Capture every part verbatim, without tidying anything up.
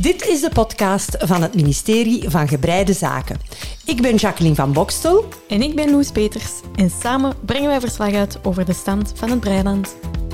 Dit is de podcast van het ministerie van Gebreide Zaken. Ik ben Jacqueline van Bokstel. En ik ben Loes Peters. En samen brengen wij verslag uit over de stand van het Breiland.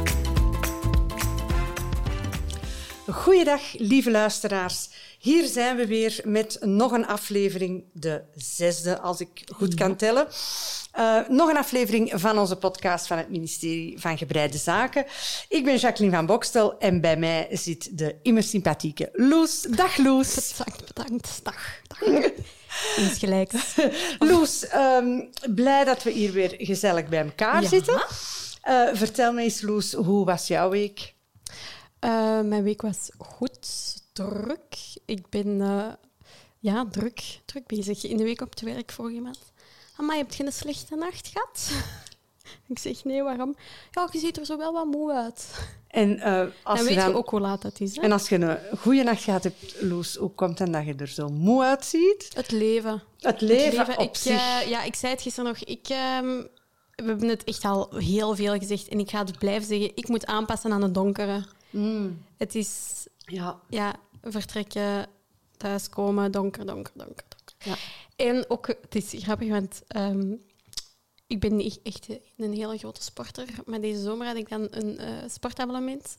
Goeiedag, lieve luisteraars. Hier zijn we weer met nog een aflevering, de zesde, als ik goed kan tellen. Uh, nog een aflevering van onze podcast van het ministerie van Gebreide Zaken. Ik ben Jacqueline van Bokstel en bij mij zit de immer sympathieke Loes. Dag Loes. Bedankt, bedankt. Dag. Dag. Insgelijks. Loes, um, blij dat we hier weer gezellig bij elkaar ja. zitten. Uh, vertel me eens, Loes, hoe was jouw week? Uh, mijn week was goed, druk. Ik ben uh, ja, druk, druk bezig. In de week op het werk vroeg iemand: Amai, heb je een slechte nacht gehad? Ik zeg, nee, waarom? Ja, je ziet er zo wel wat moe uit. En, uh, als dan je weet dan... je ook hoe laat het is. Hè? En als je een goede nacht gehad hebt, Loes, hoe komt het dan dat je er zo moe uitziet? Het leven. Het leven, het leven. op ik, zich. Uh, ja, ik zei het gisteren nog. Ik, uh, we hebben het echt al heel veel gezegd. En ik ga het blijven zeggen. Ik moet aanpassen aan het donkere. Mm. Het is... Ja. Ja, vertrekken, thuiskomen, donker, donker, donker. donker. Ja. En ook, het is grappig, want um, ik ben niet echt een hele grote sporter, maar deze zomer had ik dan een uh, sportabonnement.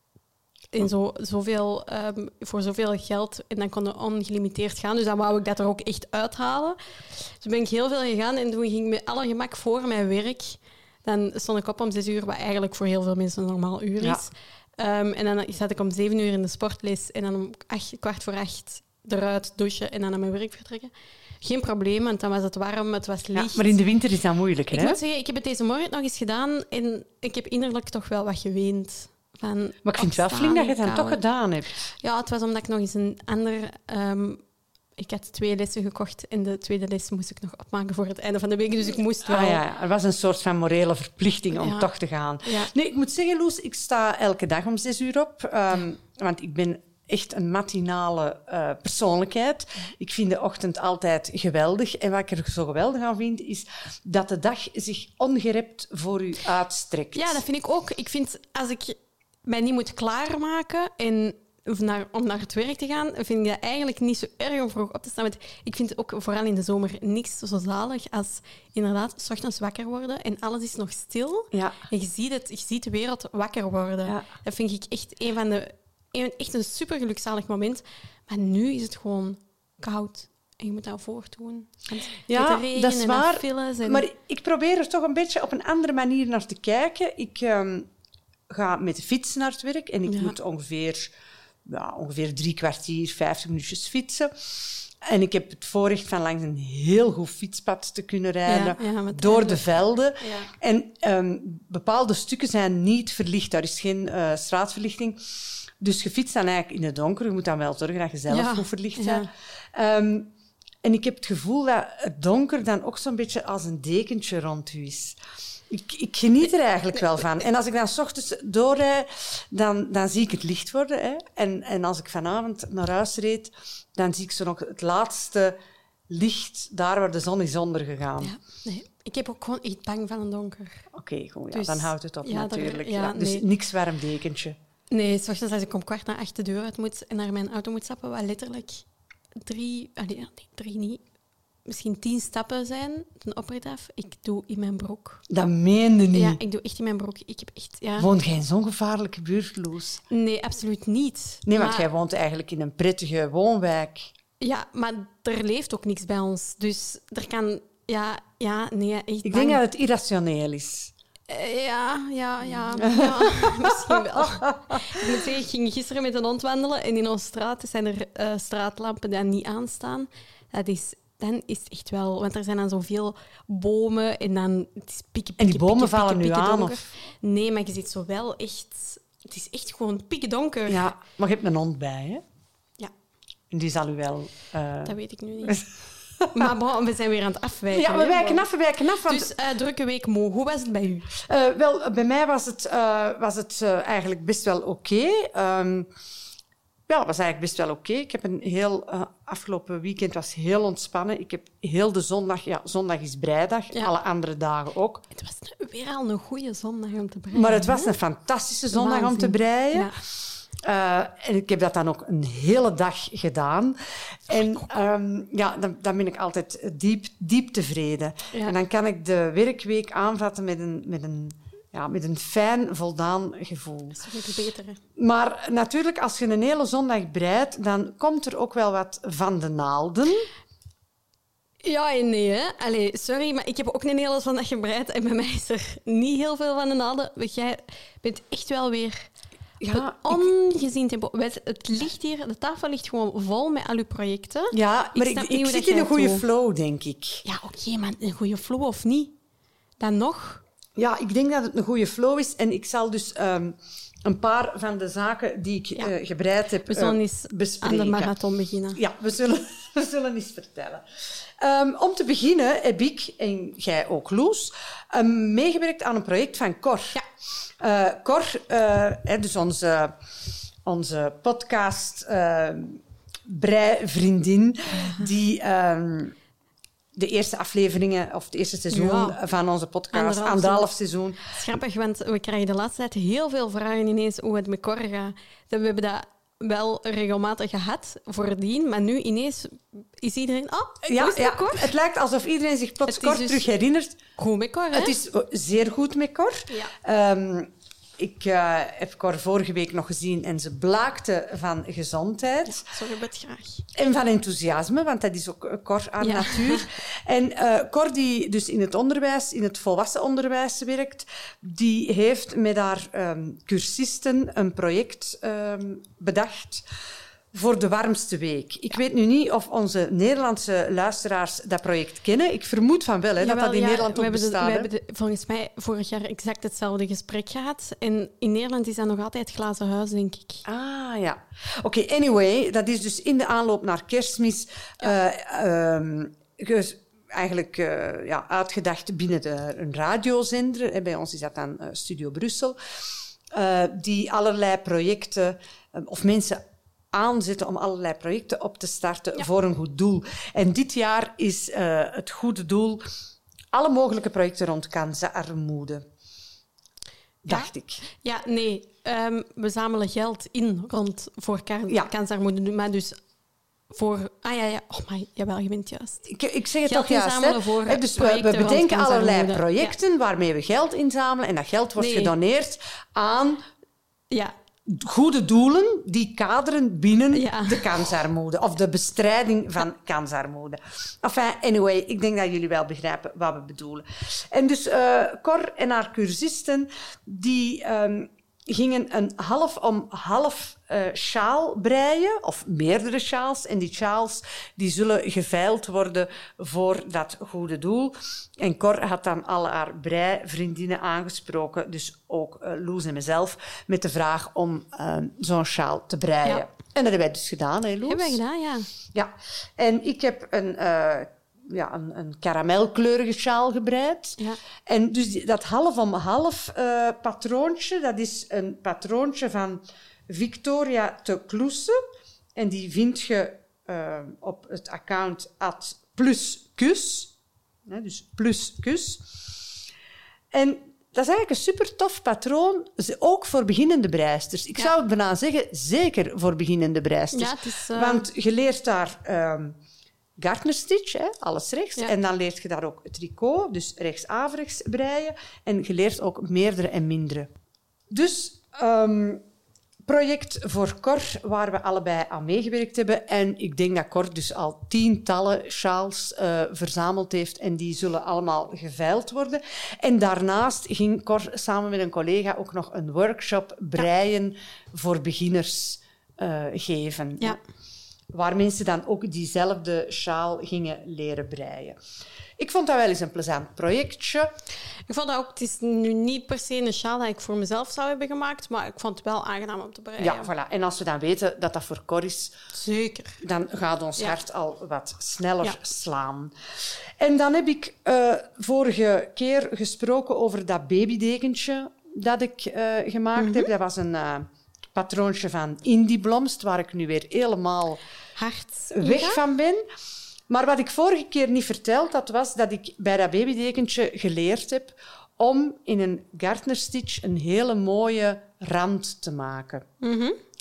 En zo, zoveel, um, voor zoveel geld. En dan kon je ongelimiteerd gaan. Dus dan wou ik dat er ook echt uithalen. Dus ben ik heel veel gegaan. En toen ging ik met alle gemak voor mijn werk. Dan stond ik op om zes uur, wat eigenlijk voor heel veel mensen een normaal uur is. Ja. Um, en dan zat ik om zeven uur in de sportles. En dan om acht, kwart voor acht eruit, douchen en dan naar mijn werk vertrekken. Geen probleem, want dan was het warm, het was licht. Ja, maar in de winter is dat moeilijker, ik hè? moet zeggen, ik heb het deze morgen nog eens gedaan en ik heb innerlijk toch wel wat geweend. Van Maar ik vind het wel flink dat je het dan toch gedaan hebt. Ja, het was omdat ik nog eens een ander... Um, ik had twee lessen gekocht en de tweede les moest ik nog opmaken voor het einde van de week. Dus ik moest wel... Ah, ja, er was een soort van morele verplichting om ja. toch te gaan. Ja. Nee, ik moet zeggen, Loes, ik sta elke dag om zes uur op. Um, want ik ben echt een matinale uh, persoonlijkheid. Ik vind de ochtend altijd geweldig. En wat ik er zo geweldig aan vind, is dat de dag zich ongerept voor u uitstrekt. Ja, dat vind ik ook. Ik vind, als ik mij niet moet klaarmaken en... Of naar, om naar het werk te gaan, vind ik dat eigenlijk niet zo erg om vroeg op te staan. Want ik vind ook vooral in de zomer niks zo zalig als inderdaad 's ochtends wakker worden en alles is nog stil. Ja. En je ziet, het, je ziet de wereld wakker worden. Ja. Dat vind ik echt een van de... Een, echt een super gelukzalig moment. Maar nu is het gewoon koud. En je moet dat voortdoen. Ja, dat is waar. En... Maar ik probeer er toch een beetje op een andere manier naar te kijken. Ik um, ga met de fiets naar het werk en ik ja. moet ongeveer... Ja, ongeveer drie kwartier, vijftig minuutjes fietsen. En ik heb het voorrecht van langs een heel goed fietspad te kunnen rijden, ja, ja, door de velden. Ja. En um, bepaalde stukken zijn niet verlicht. Daar is geen uh, straatverlichting. Dus je fietst dan eigenlijk in het donker. Je moet dan wel zorgen dat je zelf ja. goed verlicht bent. Ja. Um, en ik heb het gevoel dat het donker dan ook zo'n beetje als een dekentje rond u is. Ik, ik geniet er eigenlijk wel van. En als ik dan 's ochtends doorrijd, dan, dan zie ik het licht worden. Hè. En, en als ik vanavond naar huis reed, dan zie ik zo nog het laatste licht daar waar de zon is ondergegaan. Ja, nee. Ik heb ook gewoon echt bang van een donker. Oké, okay, goed. Ja, dus, dan houdt het op ja, natuurlijk. Er, ja, ja. Dus nee. niks warm dekentje. Nee, 's ochtends als ik om kwart na acht de deur uit moet en naar mijn auto moet stappen, wat letterlijk drie... Allee, nee, drie niet... Misschien tien stappen zijn, een oprit af. Ik doe in mijn broek. Dat meende niet. Ja, ik doe echt in mijn broek. Ik heb echt, ja... Woont jij in zo'n gevaarlijke buurt, Loes? Nee, absoluut niet. Nee, want maar... jij woont eigenlijk in een prettige woonwijk. Ja, maar er leeft ook niks bij ons. Dus er kan... Ja, ja, nee, echt Ik bang. denk dat het irrationeel is. Uh, ja, ja, ja, ja. Misschien wel. Ik moet zeggen, ik ging gisteren met een hond wandelen en in onze straat zijn er uh, straatlampen die niet aanstaan. Dat is... Dan is het echt wel... Want er zijn dan zoveel bomen en dan... Het is pikken, pikken, En die bomen pikken, vallen pikken, nu pikken aan? donker. Of? Nee, maar je ziet zo wel echt... Het is echt gewoon pikken donker. Ja, maar je hebt een hond bij, hè? Ja. En die zal u wel... Uh... Dat weet ik nu niet. Maar bon, we zijn weer aan het afwijken. Ja, we wijken af, we wijken af. Want... Dus uh, drukke week moe. Hoe was het bij u? Uh, wel, bij mij was het, uh, was het uh, eigenlijk best wel oké. Okay. Um, ja, het was eigenlijk best wel oké. Okay. Ik heb een heel... Uh, afgelopen weekend was heel ontspannen. Ik heb heel de zondag... Ja, zondag is breidag. Ja. Alle andere dagen ook. Het was weer al een goede zondag om te breien. Maar het was een fantastische zondag Waanzin. om te breien. Uh, en ik heb dat dan ook een hele dag gedaan. En um, ja, dan, dan ben ik altijd diep, diep tevreden. Ja. En dan kan ik de werkweek aanvatten met een, met een, ja, met een fijn, voldaan gevoel. Dat is toch beter, hè? Maar natuurlijk, als je een hele zondag breidt, dan komt er ook wel wat van de naalden. Ja en nee, hè. Allee, sorry, maar ik heb ook een hele zondag gebreid en bij mij is er niet heel veel van de naalden. Jij bent echt wel weer... Ja, ongezien tempo. Het ligt hier, de tafel ligt gewoon vol met al uw projecten. Ja, maar ik, ik, ik zit in een goede flow, denk ik. Ja, oké, okay, maar een goede flow of niet? Dan nog? Ja, ik denk dat het een goede flow is. En ik zal dus um, een paar van de zaken die ik ja. uh, gebreid heb, we zullen uh, eens bespreken. aan de marathon beginnen. Ja, we zullen, we zullen eens vertellen. Um, om te beginnen heb ik, en jij ook, Loes, um, meegewerkt aan een project van Cor. Ja. Uh, Cor, uh, hè, dus onze, onze podcast uh, breivriendin, die um, de eerste afleveringen, of het eerste seizoen ja. van onze podcast, anderhalf seizoen... Het is grappig, want we krijgen de laatste tijd heel veel vragen ineens hoe het met Cor gaat. We hebben dat wel regelmatig gehad voordien, maar nu ineens is iedereen... Oh, ja, hoe is het ja, Cor? Het lijkt alsof iedereen zich plots Cor dus terug herinnert. Goed met Cor, hè? Het is zeer goed met Cor. Ja. Um, ik uh, heb Cor vorige week nog gezien en ze blaakte van gezondheid. Ja, zo heb ik het graag. En van enthousiasme, want dat is ook Cor aan ja. natuur. En uh, Cor, die dus in het onderwijs, in het volwassen onderwijs werkt, die heeft met haar um, cursisten een project um, bedacht voor de warmste week. Ik ja. weet nu niet of onze Nederlandse luisteraars dat project kennen. Ik vermoed van wel, hè, Jawel, dat dat in ja, Nederland ook bestaat. De, we hebben de, volgens mij vorig jaar exact hetzelfde gesprek gehad. En in Nederland is dat nog altijd glazen huis, denk ik. Ah, ja. Oké, okay, anyway, dat is dus in de aanloop naar Kerstmis ja. uh, um, ges, eigenlijk uh, ja, uitgedacht binnen de, een radiozender. Bij ons is dat dan uh, Studio Brussel. Uh, die allerlei projecten um, of mensen aanzetten om allerlei projecten op te starten ja. voor een goed doel. En dit jaar is uh, het goede doel alle mogelijke projecten rond kansarmoede. Dacht ja. ik. Ja, nee. Um, we zamelen geld in rond voor kan- ja. kansarmoede. Maar dus voor... Ah ja, ja. Oh, maar jawel, je bent juist. Ik, ik zeg het geld toch juist. Hè? Voor He, dus we, we bedenken allerlei projecten ja. waarmee we geld inzamelen. En dat geld wordt nee. gedoneerd aan... Ja. goede doelen die kaderen binnen ja. de kansarmoede of de bestrijding van kansarmoede. Enfin, anyway, ik denk dat jullie wel begrijpen wat we bedoelen. En dus uh, Cor en haar cursisten die um, gingen een half om half uh, sjaal breien, of meerdere sjaals. En die sjaals die zullen geveild worden voor dat goede doel. En Cor had dan al haar breivriendinnen aangesproken, dus ook uh, Loes en mezelf, met de vraag om uh, zo'n sjaal te breien. Ja. En dat hebben wij dus gedaan, hè, Loes? Hebben wij gedaan, ja. Ja. En ik heb een... Uh, Ja, een, een karamelkleurige sjaal gebreid. Ja. En dus die, dat half om half uh, patroontje, dat is een patroontje van Victoria te Kloese. En die vind je uh, op het account at pluskus. Nee, dus pluskus. En dat is eigenlijk een super tof patroon, ook voor beginnende breisters. Ik ja. zou het bijna zeggen, zeker voor beginnende breisters. Ja, het is, uh... Want je leert daar... Um, Gartnerstitch, hè, alles rechts. Ja. En dan leert je daar ook tricot, dus rechts-averechts breien. En je leert ook meerdere en mindere. Dus um, project voor Cor, waar we allebei aan meegewerkt hebben. En ik denk dat Cor dus al tientallen sjaals uh, verzameld heeft. En die zullen allemaal geveild worden. En daarnaast ging Cor samen met een collega ook nog een workshop breien ja. voor beginners uh, geven. Ja. Waar mensen dan ook diezelfde sjaal gingen leren breien. Ik vond dat wel eens een plezant projectje. Ik vond dat ook, het is nu niet per se een sjaal dat ik voor mezelf zou hebben gemaakt, maar ik vond het wel aangenaam om te breien. Ja, voilà. En als we dan weten dat dat voor Cor is, zeker, dan gaat ons ja. hart al wat sneller ja. slaan. En dan heb ik uh, vorige keer gesproken over dat babydekentje dat ik uh, gemaakt mm-hmm. heb. Dat was een... Uh, patroontje van Indie Blomst, waar ik nu weer helemaal hard weg ja? van ben. Maar wat ik vorige keer niet verteld had, was dat ik bij dat babydekentje geleerd heb om in een Gartnerstitch een hele mooie rand te maken. Mm-hmm.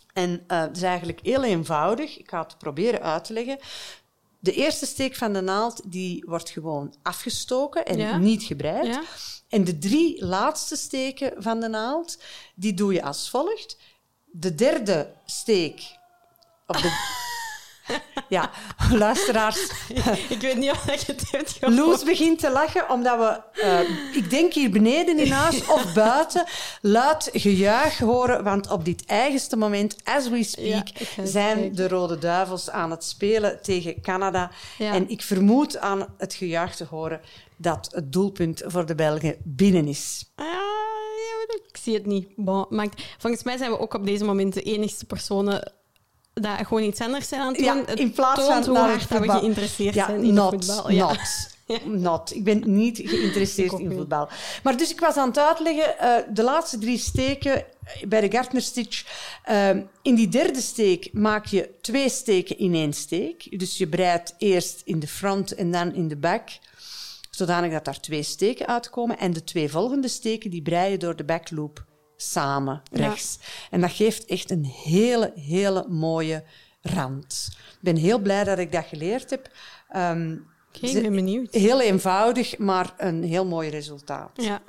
En uh, het is eigenlijk heel eenvoudig. Ik ga het proberen uit te leggen. De eerste steek van de naald die wordt gewoon afgestoken en Ja. niet gebreid. Ja. En de drie laatste steken van de naald, die doe je als volgt. De derde steek... Of de... Ja, luisteraars. Ik weet niet of je het hebt gehoord. Loes begint te lachen, omdat we, uh, ik denk hier beneden in huis of buiten, luid gejuich horen. Want op dit eigenste moment, as we speak, Ja, ik ga het zijn kijken. de Rode Duivels aan het spelen tegen Canada. Ja. En ik vermoed aan het gejuich te horen dat het doelpunt voor de Belgen binnen is. Ah, ja, ik zie het niet. Bon, maar ik- volgens mij zijn we ook op deze moment de enigste personen dat gewoon iets anders zijn aan het doen. Ja, Het in plaats toont van hoe naar het hard dat we voetbal. geïnteresseerd Ja, zijn in not, voetbal. Ja. not, not. Ik ben niet geïnteresseerd Ik ook in niet. voetbal. Maar dus ik was aan het uitleggen, uh, de laatste drie steken bij de Gartner Stitch. Uh, in die derde steek maak je twee steken in één steek. Dus je breidt eerst in de front en dan in de back, zodanig dat daar twee steken uitkomen. En de twee volgende steken die brei je door de backloop samen, rechts. Ja. En dat geeft echt een hele, hele mooie rand. Ik ben heel blij dat ik dat geleerd heb. Um, Oké, ik ben benieuwd. Heel eenvoudig, maar een heel mooi resultaat. Ja.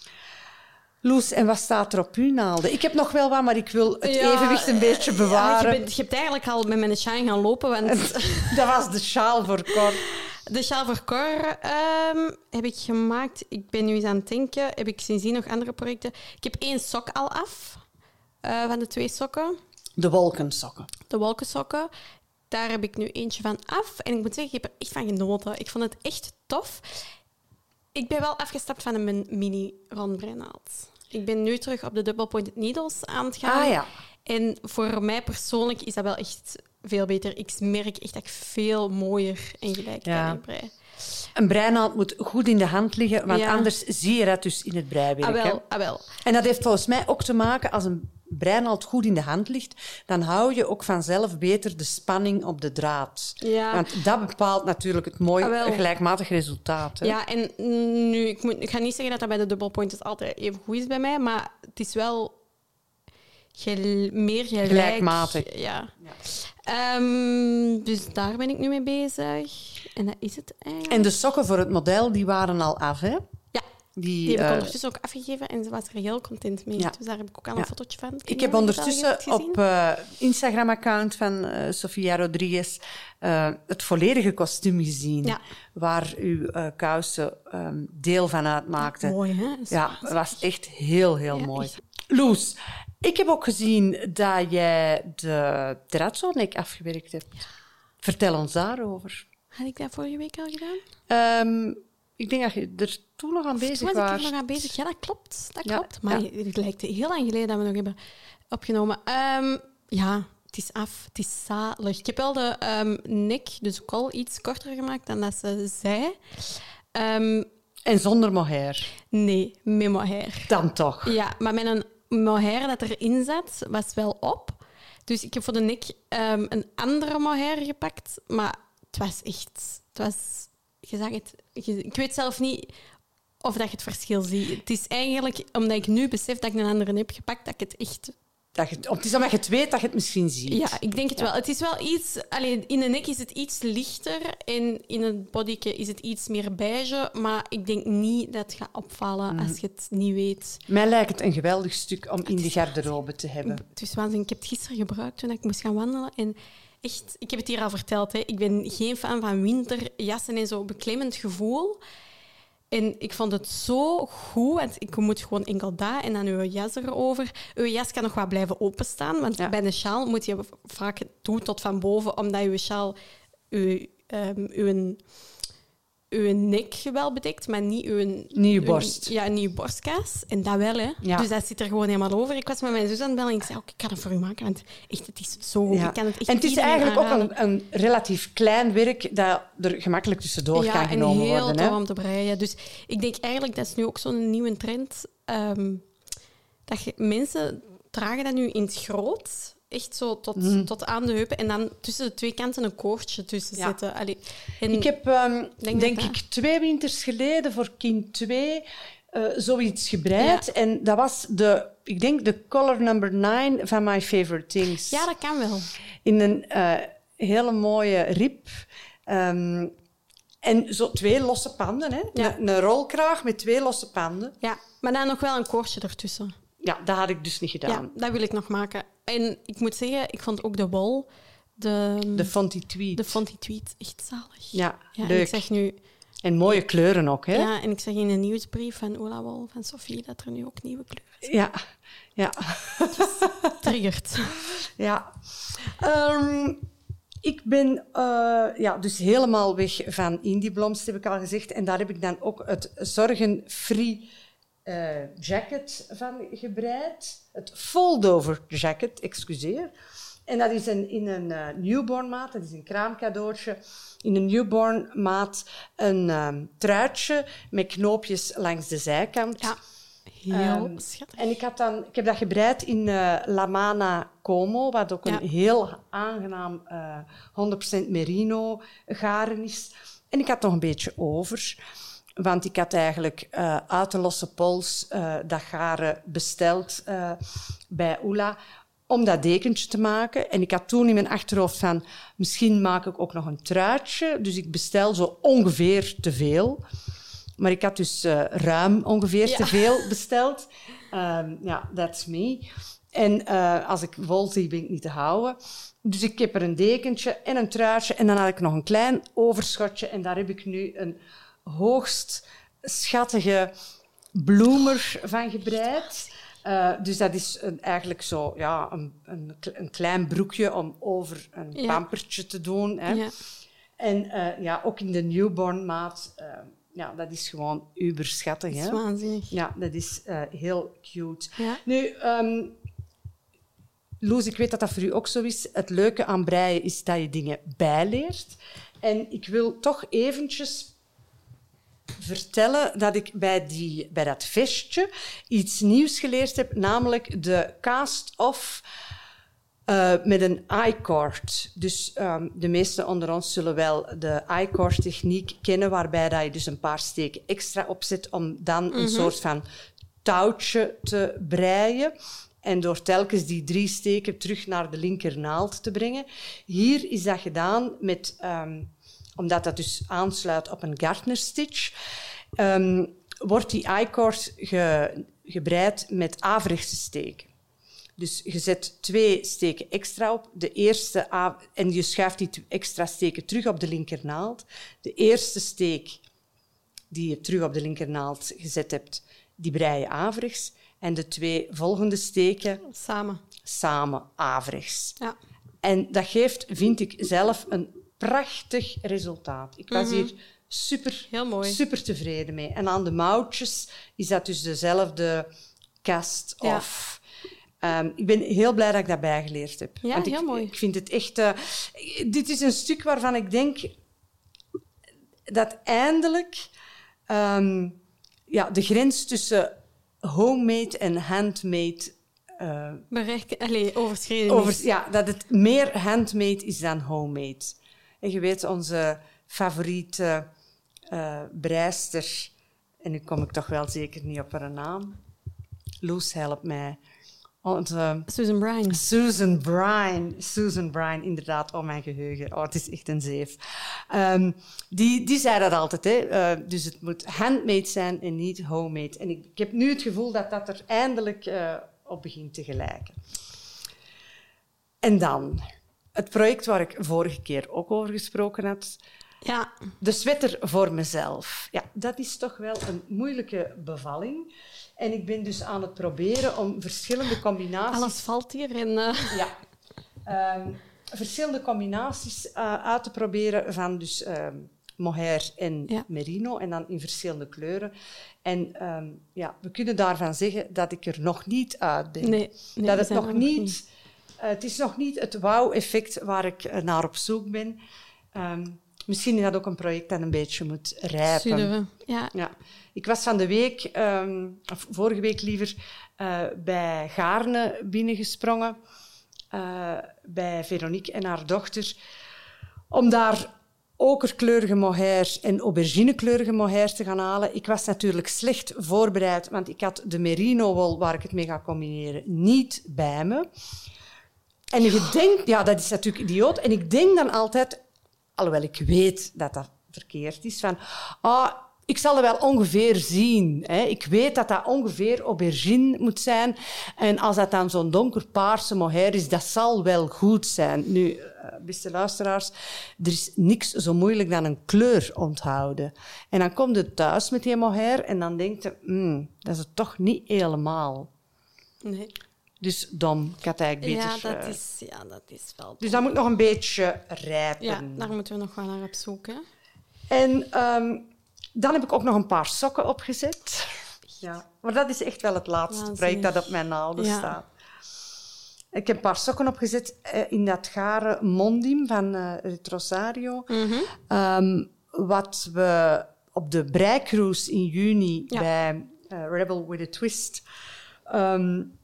Loes, en wat staat er op uw naalden? Ik heb nog wel wat, maar ik wil het Ja, evenwicht een beetje bewaren. Ja, je, bent, je hebt eigenlijk al met mijn shine gaan lopen, want Dat was de sjaal voor Cor. de sjaal voor Cor ehm, heb ik gemaakt. Ik ben nu eens aan het denken. Heb ik sindsdien nog andere projecten? Ik heb één sok al af, uh, van de twee sokken. De wolkensokken. De wolkensokken. Daar heb ik nu eentje van af. En ik moet zeggen, ik heb er echt van genoten. Ik vond het echt tof. Ik ben wel afgestapt van een mini rondbreinaald. Ik ben nu terug op de double pointed needles aan het gaan. Ah ja. En voor mij persoonlijk is dat wel echt veel beter. Ik merk echt dat ik veel mooier en gelijk Ja. kan inbreien. Een breinaald moet goed in de hand liggen, want Ja. anders zie je dat dus in het breiwerk. Ah hè. wel, ah wel. En dat heeft volgens mij ook te maken, als een breinaald goed in de hand ligt, dan hou je ook vanzelf beter de spanning op de draad. Ja. Want dat bepaalt natuurlijk het mooi Ah, wel. gelijkmatig resultaat. Hè. Ja, en nu, ik, moet, ik ga niet zeggen dat dat bij de double pointed altijd even goed is bij mij, maar het is wel gel- meer gelijk. Gelijkmatig. Ja. Ehm, dus daar ben ik nu mee bezig. En dat is het eigenlijk. En de sokken voor het model, die waren al af, hè? Ja, Die, die heb ik eh, ondertussen ook afgegeven en ze was er heel content mee. Ja. Dus daar heb ik ook al Ja. een fotootje van. Ik heb ondertussen op uh, Instagram-account van uh, Sofia Rodriguez uh, het volledige kostuum gezien, Ja. waar uw uh, kousen um, deel van uitmaakten. Mooi, hè? Ja, het was echt heel, heel Ja, mooi. echt. Loes, ik heb ook gezien dat jij de terrazzo-nek afgewerkt hebt. Vertel ons daarover. Had ik dat vorige week al gedaan? Um, ik denk dat je er toen nog aan bezig Toen was ik was. er nog aan bezig. Ja, dat klopt. Dat Ja, klopt. Maar ja. het lijkt heel lang geleden dat we nog hebben opgenomen. Um, ja, het is af. Het is zalig. Ik heb wel de um, nek, dus ook al iets korter gemaakt dan dat ze zei. Um, En zonder mohair. nee, met mohair. Dan toch. Ja, maar met een mohair dat erin zat, was wel op. Dus ik heb voor de nek um, een andere mohair gepakt. Maar het was echt... Het was... Je zag het... Je, ik weet zelf niet of dat je het verschil ziet. Het is eigenlijk, omdat ik nu besef dat ik een andere heb gepakt, dat ik het echt... Dat je, het is omdat je het weet dat je het misschien ziet. Ja, ik denk het wel. Het is wel iets... Allee, in de nek is het iets lichter en in het bodyke is het iets meer beige. Maar ik denk niet dat het gaat opvallen als je het niet weet. Mij lijkt het een geweldig stuk om in de garderobe te hebben. Het is waanzinnig. Ik heb het gisteren gebruikt toen ik moest gaan wandelen. En echt, ik heb het hier al verteld, hè. Ik ben geen fan van winterjassen en zo'n beklemmend gevoel. En ik vond het zo goed, want ik moet gewoon enkel dat en dan uw jas erover. Uw jas kan nog wat blijven openstaan, want Ja. bij een sjaal moet je vaak toe tot van boven, omdat uw sjaal uw, um, uw, uw nek wel bedekt, maar niet uw... Niet je uw- borst. Ja, niet uw borstkas. En dat wel, hè. Ja. Dus dat zit er gewoon helemaal over. Ik was met mijn zus aan het bellen en ik zei, oké, ik kan het voor u maken, want echt, het is zo goed. Ja. Ik kan het echt En het is iedereen eigenlijk ook aanraden. een, een relatief klein werk dat er gemakkelijk tussendoor ja, kan genomen en heel worden. tof Hè? om te breien. Ja. Dus ik denk eigenlijk, dat is nu ook zo'n nieuwe trend, ehm, dat je, mensen dragen dat nu in het groot, echt zo tot, Mhm. tot aan de heupen, en dan tussen de twee kanten een koordje tussen Ja. zetten. Allee, en Ik heb, ehm, Denk denk dat ik, twee winters geleden voor kind twee eh, zoiets gebreid. Ja. En dat was de ik denk de color number nine van My Favorite Things. Ja, dat kan wel. In een uh, hele mooie rib. Um, en zo twee losse panden. Hè? Ja. Een, een rolkraag met twee losse panden. Ja, maar dan nog wel een koordje ertussen. Ja, dat had ik dus niet gedaan. Ja, dat wil ik nog maken. En ik moet zeggen, ik vond ook de wol, de... De Fonty Tweed. De Fonty Tweed, echt zalig. Ja, ja leuk. En ik zeg nu... En mooie kleuren ook, hè? Ja, en ik zeg in een nieuwsbrief van Ola Wol, van Sophie, dat er nu ook nieuwe kleuren zijn. Ja, ja. Triggert. Ja. Um, ik ben uh, ja, dus helemaal weg van Indieblomst, heb ik al gezegd. En daar heb ik dan ook het zorgenfree uh, jacket van gebreid. Het fold-over jacket, excuseer. En dat is een, in een uh, newborn maat, dat is een kraamcadeautje. In een newborn maat een um, truitje met knoopjes langs de zijkant. Ja, heel um, schattig. En ik, had dan, ik heb dat gebreid in uh, La Mana Como, wat ook Ja. een heel aangenaam uh, honderd procent merino garen is. En ik had nog een beetje over, want ik had eigenlijk uh, uit de losse pols uh, dat garen besteld uh, bij Oela om dat dekentje te maken. En ik had toen in mijn achterhoofd van, misschien maak ik ook nog een truitje. Dus ik bestel zo ongeveer te veel. Maar ik had dus uh, ruim ongeveer Ja. te veel besteld. Um, ja, that's me. En uh, als ik wol zie, ben ik niet te houden. Dus ik heb er een dekentje en een truitje. En dan had ik nog een klein overschotje. En daar heb ik nu een hoogst schattige bloemer van gebreid. Uh, dus dat is een, eigenlijk zo ja, een, een, een klein broekje om over een Ja. pampertje te doen. Hè. Ja. En uh, ja, ook in de newborn maat, uh, ja, dat is gewoon uber schattig. Dat Hè. is waanzinnig. Ja, dat is uh, heel cute. Ja. Nu, um, Loes, ik weet dat dat voor u ook zo is. Het leuke aan breien is dat je dingen bijleert. En ik wil toch eventjes vertellen dat ik bij, die, bij dat vestje iets nieuws geleerd heb, namelijk de cast-off uh, met een I-cord. Dus um, de meesten onder ons zullen wel de I-cord-techniek kennen, waarbij dat je dus een paar steken extra opzet om dan een Mhm. soort van touwtje te breien. En door telkens die drie steken terug naar de linkernaald te brengen. Hier is dat gedaan met... Um, omdat dat dus aansluit op een Gardner stitch, um, wordt die I-cord ge, gebreid met averechtse steken. Dus je zet twee steken extra op. De eerste a- en je schuift die extra steken terug op de linkernaald. De eerste steek die je terug op de linkernaald gezet hebt, die brei je averechts. En de twee volgende steken Samen. samen averechts. Ja. En dat geeft, vind ik zelf, een prachtig resultaat. Ik was Mhm. hier super, Heel mooi. super tevreden mee. En aan de mouwtjes is dat dus dezelfde cast-off. Um, ik ben heel blij dat ik dat bijgeleerd heb. Ja, Want ik, heel mooi. Ik vind het echt... Uh, dit is een stuk waarvan ik denk dat eindelijk um, ja, de grens tussen homemade en handmade... Uh, Bereik, allez, overschreden over, is. ja, dat het meer handmade is dan homemade. En je weet, onze favoriete uh, breister... En nu kom ik toch wel zeker niet op haar naam. Loes, help mij. Onze, Susan Bryan. Susan Bryan. Susan Bryan, inderdaad. Oh, mijn geheugen. Oh, het is echt een zeef. Um, die, die zei dat altijd. Hè. Uh, dus het moet handmade zijn en niet homemade. En ik, ik heb nu het gevoel dat dat er eindelijk uh, op begint te gelijken. En dan, het project waar ik vorige keer ook over gesproken had. Ja. De sweater voor mezelf. Ja, dat is toch wel een moeilijke bevalling. En ik ben dus aan het proberen om verschillende combinaties... Alles valt hier en... Uh... Ja. Um, verschillende combinaties uh, uit te proberen van dus um, mohair en Ja. merino en dan in verschillende kleuren. En um, ja, we kunnen daarvan zeggen dat ik er nog niet uit ben. Nee, nee, dat we het zijn nog er niet... niet. Uh, het is nog niet het wauw-effect waar ik uh, naar op zoek ben. Um, misschien is dat ook een project dat een beetje moet rijpen. Sudderen. Ja. Ja. Ik was van de week, um, of vorige week liever, uh, bij Gaarne binnengesprongen. Uh, bij Veronique en haar dochter. Om daar okerkleurige mohair en auberginekleurige mohair te gaan halen. Ik was natuurlijk slecht voorbereid, want ik had de merino-wol waar ik het mee ga combineren niet bij me. En je denkt, ja, dat is natuurlijk idioot. En ik denk dan altijd, alhoewel ik weet dat dat verkeerd is, van, ah, ik zal er wel ongeveer zien. Hè. Ik weet dat dat ongeveer aubergine moet zijn. En als dat dan zo'n donkerpaarse mohair is, dat zal wel goed zijn. Nu, beste luisteraars, er is niks zo moeilijk dan een kleur onthouden. En dan kom je thuis met die mohair en dan denk je, mm, dat is het toch niet helemaal. Nee. Dus dom, ik had eigenlijk beter... Ja, dat uh, is, ja, dat is wel dom. Dus dat moet nog een beetje rijpen. Ja, daar moeten we nog wel naar op zoek. Hè? En um, dan heb ik ook nog een paar sokken opgezet. Ja. Maar dat is echt wel het laatste Waanzinnig. project dat op mijn naalden Ja. staat. Ik heb een paar sokken opgezet uh, in dat garen Mondim van uh, Retrosario. Mm-hmm. Um, wat we op de breicruise in juni Ja. bij uh, Rebel with a Twist... Um,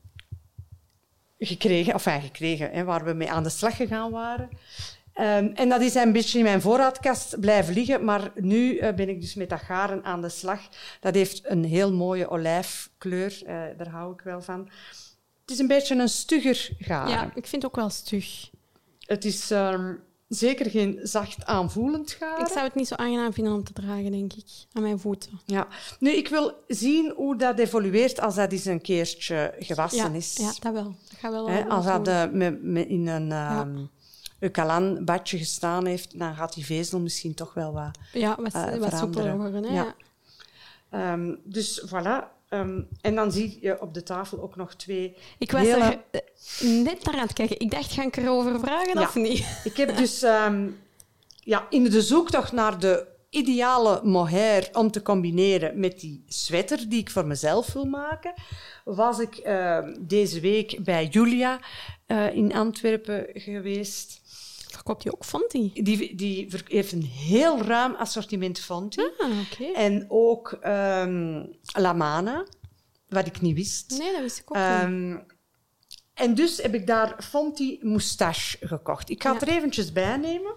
gekregen, of enfin, gekregen, hè, waar we mee aan de slag gegaan waren. Um, en dat is een beetje in mijn voorraadkast blijven liggen, maar nu uh, ben ik dus met dat garen aan de slag. Dat heeft een heel mooie olijfkleur, uh, daar hou ik wel van. Het is een beetje een stugger garen. Ja, ik vind het ook wel stug. Het is um, zeker geen zacht aanvoelend garen. Ik zou het niet zo aangenaam vinden om te dragen, denk ik, aan mijn voeten. Ja. Nu, ik wil zien hoe dat evolueert als dat eens een keertje gewassen Ja, is. ja, dat wel. Dat gaat wel. Hè, wel als zo. dat uh, me, me in een Ja. um, eucalan-badje gestaan heeft, dan gaat die vezel misschien toch wel wat Ja, wat, uh, wat veranderen. soepeler worden. Hè? Ja. Ja. Um, dus voilà. Um, en dan zie je op de tafel ook nog twee Ik was hele... er eh, net naar aan het kijken. Ik dacht, ga ik erover vragen Ja. of niet? Ik heb dus um, ja, in de zoektocht naar de ideale mohair om te combineren met die sweater die ik voor mezelf wil maken, was ik uh, deze week bij Julia uh, in Antwerpen geweest. Verkoopt je ook Fonti? Die, die heeft een heel ruim assortiment Fonti. Ah, oké. En ook um, La Mana, wat ik niet wist. Nee, dat wist ik ook niet. Um, en dus heb ik daar Fonti Moustache gekocht. Ik ga het Ja. er eventjes bij nemen.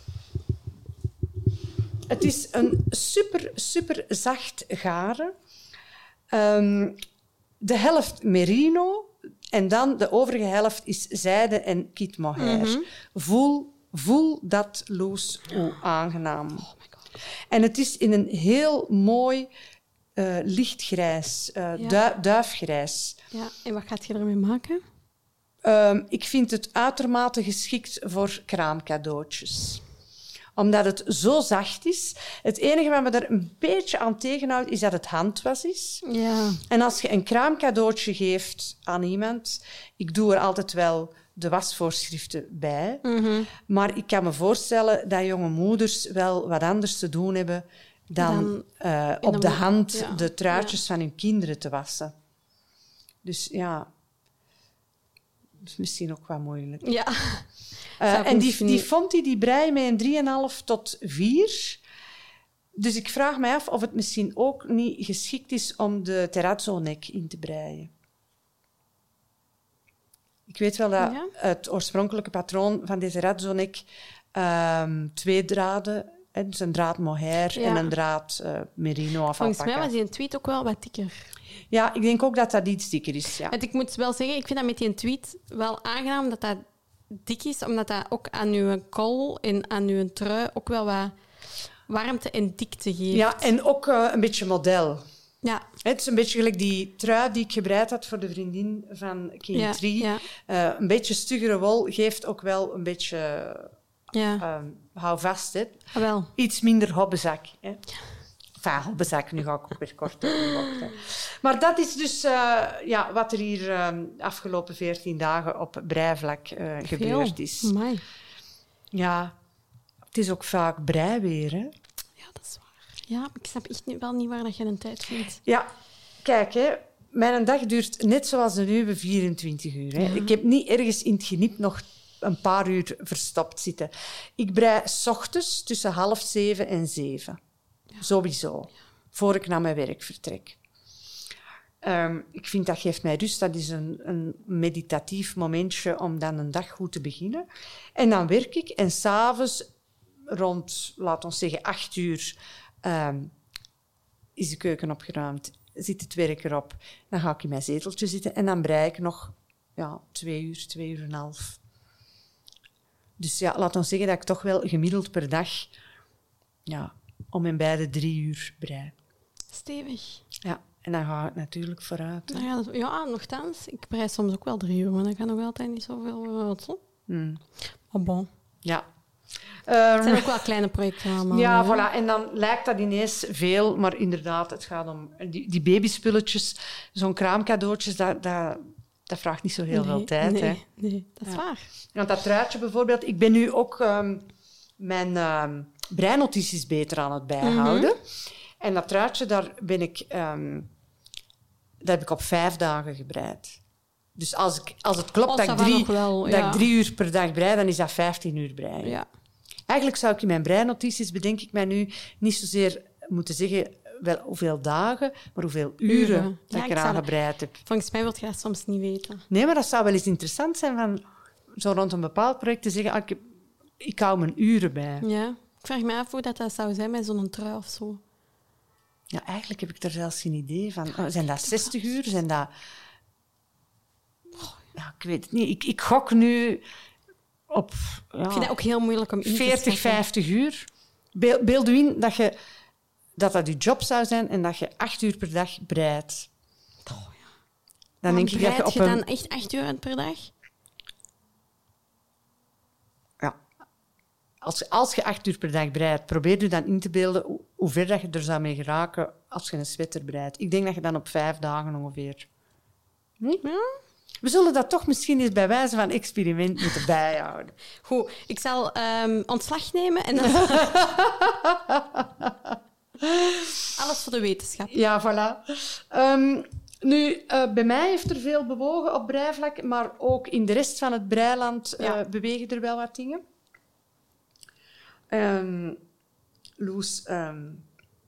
Het is een super, super zacht garen. Um, de helft merino en dan de overige helft is zijde en kit mohair. Mhm. Voel, voel dat, Loes, hoe aangenaam. Oh my god. En het is in een heel mooi uh, lichtgrijs, uh, Ja. du- duifgrijs. Ja, en wat gaat je ermee maken? Um, ik vind het uitermate geschikt voor kraamcadeautjes. Omdat het zo zacht is. Het enige wat me er een beetje aan tegenhoudt, is dat het handwas is. Ja. En als je een kraamcadeautje geeft aan iemand... Ik doe er altijd wel de wasvoorschriften bij. Mhm. Maar ik kan me voorstellen dat jonge moeders wel wat anders te doen hebben dan, Dan uh, in op de de mo- hand ja. de truitjes van hun kinderen te wassen. Dus ja... Dat is misschien ook wat moeilijk. Ja. Uh, Zou ik en die, misschien- die Fonti die brei met een drie komma vijf tot vier. Dus ik vraag mij af of het misschien ook niet geschikt is om de terrazzo-nek in te breien. Ik weet wel dat Ja? het oorspronkelijke patroon van deze terrazzo-nek um, twee draden, hè, dus een draad mohair Ja. en een draad uh, merino of Volgens mij alpaca. was die een tweet ook wel wat dikker. Ja, ik denk ook dat dat iets dikker is. Ja. Want ik moet wel zeggen, ik vind dat met die tweet wel aangenaam dat dat dik is, omdat dat ook aan uw kol en aan uw trui ook wel wat warmte en dikte geeft. Ja, en ook uh, een beetje model. Ja. Het is een beetje gelijk die trui die ik gebreid had voor de vriendin van King Ja, Tree. ja. Uh, een beetje stuggere wol geeft ook wel een beetje... Ja, Um, hou vast, hè. ah, wel. Iets minder hobbezak. Hè. Enfin, hobbezak, nu ga ik ook weer kort over de bocht, hè. Maar dat is dus uh, ja, wat er hier uh, de afgelopen veertien dagen op breivlak uh, gebeurd is. Amai. Ja, het is ook vaak brei weer, hè. Ja, dat is waar. Ja, ik snap echt niet, wel niet waar dat je een tijd vindt. Ja, kijk, hè. Mijn dag duurt net zoals de uwe vierentwintig uur. Hè. Ja. Ik heb niet ergens in het geniep nog een paar uur verstopt zitten. Ik brei 's ochtends tussen half zeven en zeven. Ja. Sowieso. Ja. Voor ik naar mijn werk vertrek. Um, ik vind dat geeft mij rust. Dat is een, een meditatief momentje om dan een dag goed te beginnen. En dan werk ik. En s'avonds rond, laat ons zeggen, acht uur um, is de keuken opgeruimd, zit het werk erop. Dan ga ik in mijn zeteltje zitten en dan brei ik nog ja, twee uur, twee uur en een half. Dus ja, laat ons zeggen dat ik toch wel gemiddeld per dag ja, om en bij de drie uur brei. Stevig. Ja, en dan ga ik natuurlijk vooruit. Nou ja, ja, nogthans. Ik brei soms ook wel drie uur, maar dan kan nog altijd niet zoveel vooruit. Hmm. Maar bon. Ja. Het zijn ook wel kleine projecten allemaal. Ja, hè? voilà. En dan lijkt dat ineens veel, maar inderdaad, het gaat om die, die babyspulletjes, zo'n kraamcadeautjes, dat, dat, dat vraagt niet zo heel nee, veel tijd. Nee, hè. nee, dat is Ja. waar. Want dat truitje bijvoorbeeld, ik ben nu ook um, mijn um, breinotities beter aan het bijhouden. Mm-hmm. En dat truitje, daar ben ik, um, dat heb ik op vijf dagen gebreid. Dus als, ik, als het klopt Oh, dat, ik drie, wel, dat ja. ik drie uur per dag brei, dan is dat vijftien uur breien. Ja. Eigenlijk zou ik in mijn breinotities, bedenk ik mij nu, niet zozeer moeten zeggen wel hoeveel dagen, maar hoeveel uren, Uren. dat Ja, ik ik eraan zou- gebreid heb. Volgens mij wil je dat soms niet weten. Nee, maar dat zou wel eens interessant zijn van zo rond een bepaald project te zeggen, ah, ik, heb- ik hou mijn uren bij. Ja. Ik vraag me af hoe dat, dat zou zijn met zo'n trui of zo. Ja, eigenlijk heb ik er zelfs geen idee van. Oh, zijn dat zestig uur? Zijn dat... Ja, ik weet het niet. Ik, ik gok nu op ja, Ik vind dat ook heel moeilijk om in te veertig, schatten. vijftig uur. Beel- Beeld u in dat, je, dat dat je job zou zijn en dat je acht uur per dag breidt. Oh, ja. Dan Maar denk ik dat je breidt op je een... dan echt acht uur per dag? Ja. Als, als je acht uur per dag breidt, probeer je dan in te beelden hoe, hoe ver dat je er zou mee geraken als je een sweater breidt. Ik denk dat je dan op vijf dagen ongeveer... Nee? Ja. We zullen dat toch misschien eens bij wijze van experiment moeten bijhouden. Goed, ik zal ehm, ontslag nemen en dan... Alles voor de wetenschap. Ja, voilà. Um, nu, uh, bij mij heeft er veel bewogen op breivlak, maar ook in de rest van het breiland uh, Ja. bewegen er wel wat dingen. Um, Loes, um,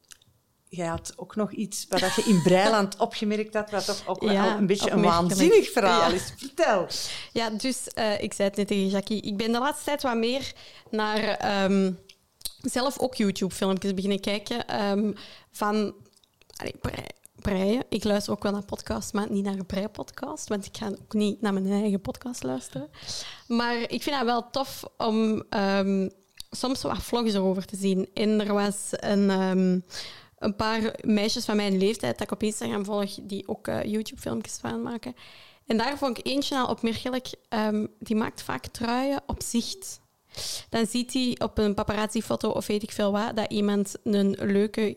jij had ook nog iets wat je in breiland opgemerkt had, wat toch ook wel Ja, een beetje een opmerkelijk. waanzinnig verhaal Ja. is. Vertel. Ja, dus uh, ik zei het net tegen Jackie. Ik ben de laatste tijd wat meer naar um, zelf ook YouTube-filmpjes beginnen kijken um, van allee, brei, breien. Ik luister ook wel naar podcasts, maar niet naar een breipodcast, want ik ga ook niet naar mijn eigen podcast luisteren. Maar ik vind het wel tof om um, soms wat vlogs erover te zien. En er was een... Um, een paar meisjes van mijn leeftijd dat ik op Instagram volg, die ook uh, YouTube-filmpjes van maken. En daar vond ik eentje al opmerkelijk. Um, die maakt vaak truien op zicht. Dan ziet hij op een paparazzi-foto of weet ik veel wat, dat iemand een leuke,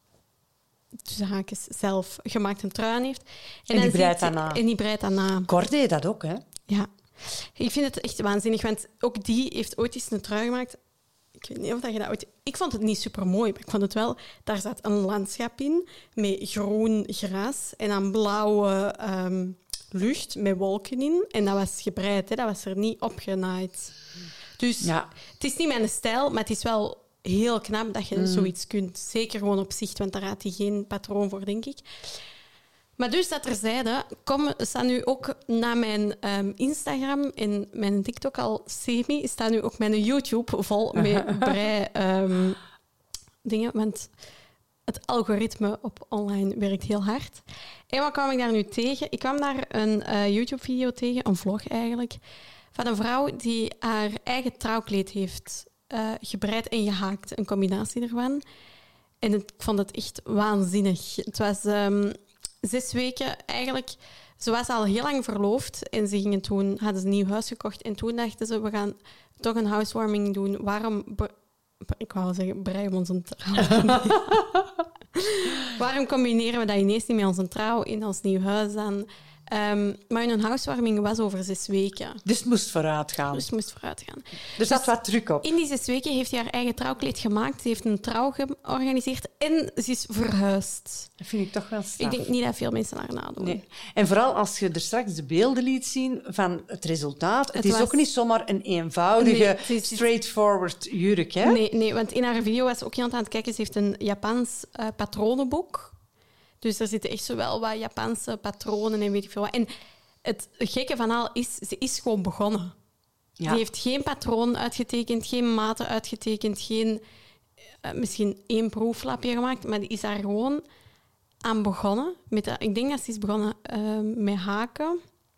tussen haakjes, zelf gemaakte trui aan heeft. En die dan breidt ziet- dat na. En die breidt dat na. Cor deed dat ook, hè? Ja. Ik vind het echt waanzinnig, want ook die heeft ooit eens een trui gemaakt. Ik weet niet of dat je dat ooit... Ik vond het niet super mooi, maar ik vond het wel... Daar zat een landschap in met groen gras en dan blauwe um, lucht met wolken in. En dat was gebreid, hè? Dat was er niet opgenaaid. Dus Ja. het is niet mijn stijl, maar het is wel heel knap dat je Mm. zoiets kunt. Zeker gewoon op zicht, want daar had hij geen patroon voor, denk ik. Maar dus dat terzijde, kom, staat nu ook na mijn um, Instagram en mijn TikTok al semi, staat nu ook mijn YouTube vol met brei um, dingen, want het algoritme op online werkt heel hard. En wat kwam ik daar nu tegen? Ik kwam daar een uh, YouTube-video tegen, een vlog eigenlijk, van een vrouw die haar eigen trouwkleed heeft uh, gebreid en gehaakt, een combinatie ervan. En het, ik vond het echt waanzinnig. Het was... Um, Zes weken eigenlijk. Ze was al heel lang verloofd en ze gingen toen, hadden ze een nieuw huis gekocht. En toen dachten ze, we gaan toch een housewarming doen. Waarom... bre- Ik wou zeggen, breien we onze trouw. Waarom combineren we dat ineens niet met onze trouw in ons nieuw huis dan? Um, maar hun housewarming was over zes weken. Dus het moest vooruit gaan. Dus het moest vooruit gaan. Er zat wat druk op. In die zes weken heeft hij haar eigen trouwkleed gemaakt. Ze heeft een trouw georganiseerd en ze is verhuisd. Dat vind ik toch wel straf. Ik denk niet dat veel mensen haar nadoen. Nee. En vooral als je er straks de beelden liet zien van het resultaat. Het, Het is was- ook niet zomaar een eenvoudige, Nee, het is- straightforward jurk. Hè? Nee, nee, want in haar video was ook iemand aan het kijken. Ze heeft een Japans uh, patronenboek. Dus er zitten echt zo wel wat Japanse patronen en weet ik veel wat. En het gekke van al is, ze is gewoon begonnen. Ja. Die heeft geen patroon uitgetekend, geen maten uitgetekend, geen, uh, misschien één proeflapje gemaakt, maar die is daar gewoon aan begonnen. Met, uh, ik denk dat ze is begonnen uh, met haken.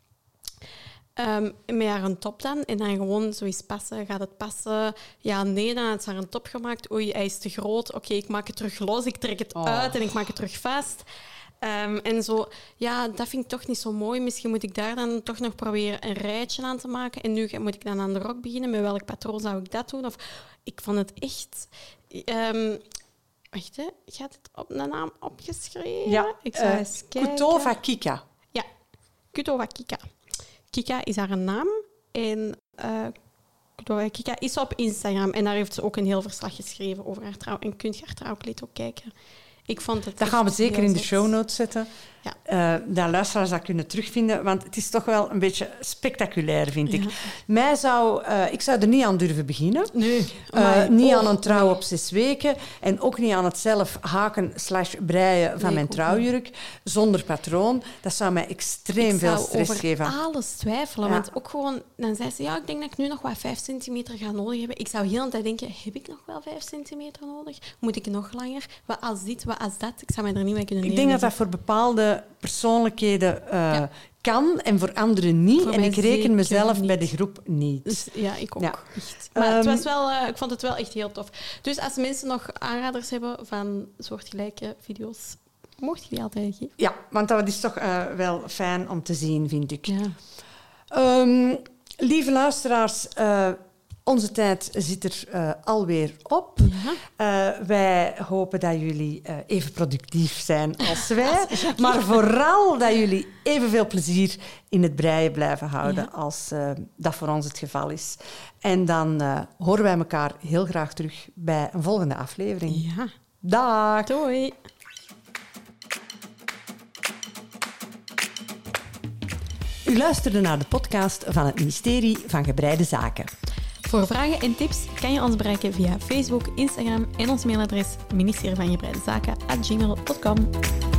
Um, met haar een top dan. En dan gewoon zo eens passen. Gaat het passen? Ja, nee. Dan had ze haar een top gemaakt. Oei, hij is te groot. Oké, okay, ik maak het terug los. Ik trek het oh. uit en ik maak het terug vast. Um, en zo, ja, dat vind ik toch niet zo mooi. Misschien moet ik daar dan toch nog proberen een rijtje aan te maken. En nu moet ik dan aan de rok beginnen. Met welk patroon zou ik dat doen? Of, ik vond het echt... Um, wacht, hè. Gaat het op de naam opgeschreven? Ja, ik zal uh, eens kijken. Kutova Kika. Ja, Kutova Kika. Kika is haar naam. En uh, Kika is op Instagram. En daar heeft ze ook een heel verslag geschreven over haar trouw. En kunt je haar trouwkleed ook kijken. Ik vond het dat gaan we zeker in de zot. show notes zetten. Ja. Uh, dat luisteraars dat kunnen terugvinden. Want het is toch wel een beetje spectaculair, vind ik. Ja. Mij zou, uh, ik zou er niet aan durven beginnen. Nee. Uh, niet oh, aan een trouw nee. op zes weken. En ook niet aan het zelf haken slash breien van nee, mijn trouwjurk. Niet. Zonder patroon. Dat zou mij extreem ik veel stress over geven. Ik zou alles twijfelen. Ja. Want ook gewoon... Dan zei ze, ja, ik denk dat ik nu nog wat vijf centimeter ga nodig hebben. Ik zou heel de tijd denken, heb ik nog wel vijf centimeter nodig? Moet ik nog langer? Wat als dit, wat als dat? Ik zou mij er niet mee kunnen Ik denk dat dat voor bepaalde persoonlijkheden uh, ja. kan en voor anderen niet. Voor en ik reken mezelf niet. bij de groep niet. Dus, ja, ik ook. Ja. Echt. Maar um, het was wel, uh, ik vond het wel echt heel tof. Dus als mensen nog aanraders hebben van soortgelijke video's, mocht je die altijd geven? Ja, want dat is toch uh, wel fijn om te zien, vind ik. Ja. Um, lieve luisteraars... Uh, Onze tijd zit er uh, alweer op. Ja. Uh, wij hopen dat jullie uh, even productief zijn als wij. Maar vooral dat jullie evenveel plezier in het breien blijven houden ja. als uh, dat voor ons het geval is. En dan uh, horen wij elkaar heel graag terug bij een volgende aflevering. Ja. Dag. Doei. U luisterde naar de podcast van het ministerie van Gebreide Zaken. Voor vragen en tips kan je ons bereiken via Facebook, Instagram en ons mailadres ministerie van gebreide zaken at gmail dot com.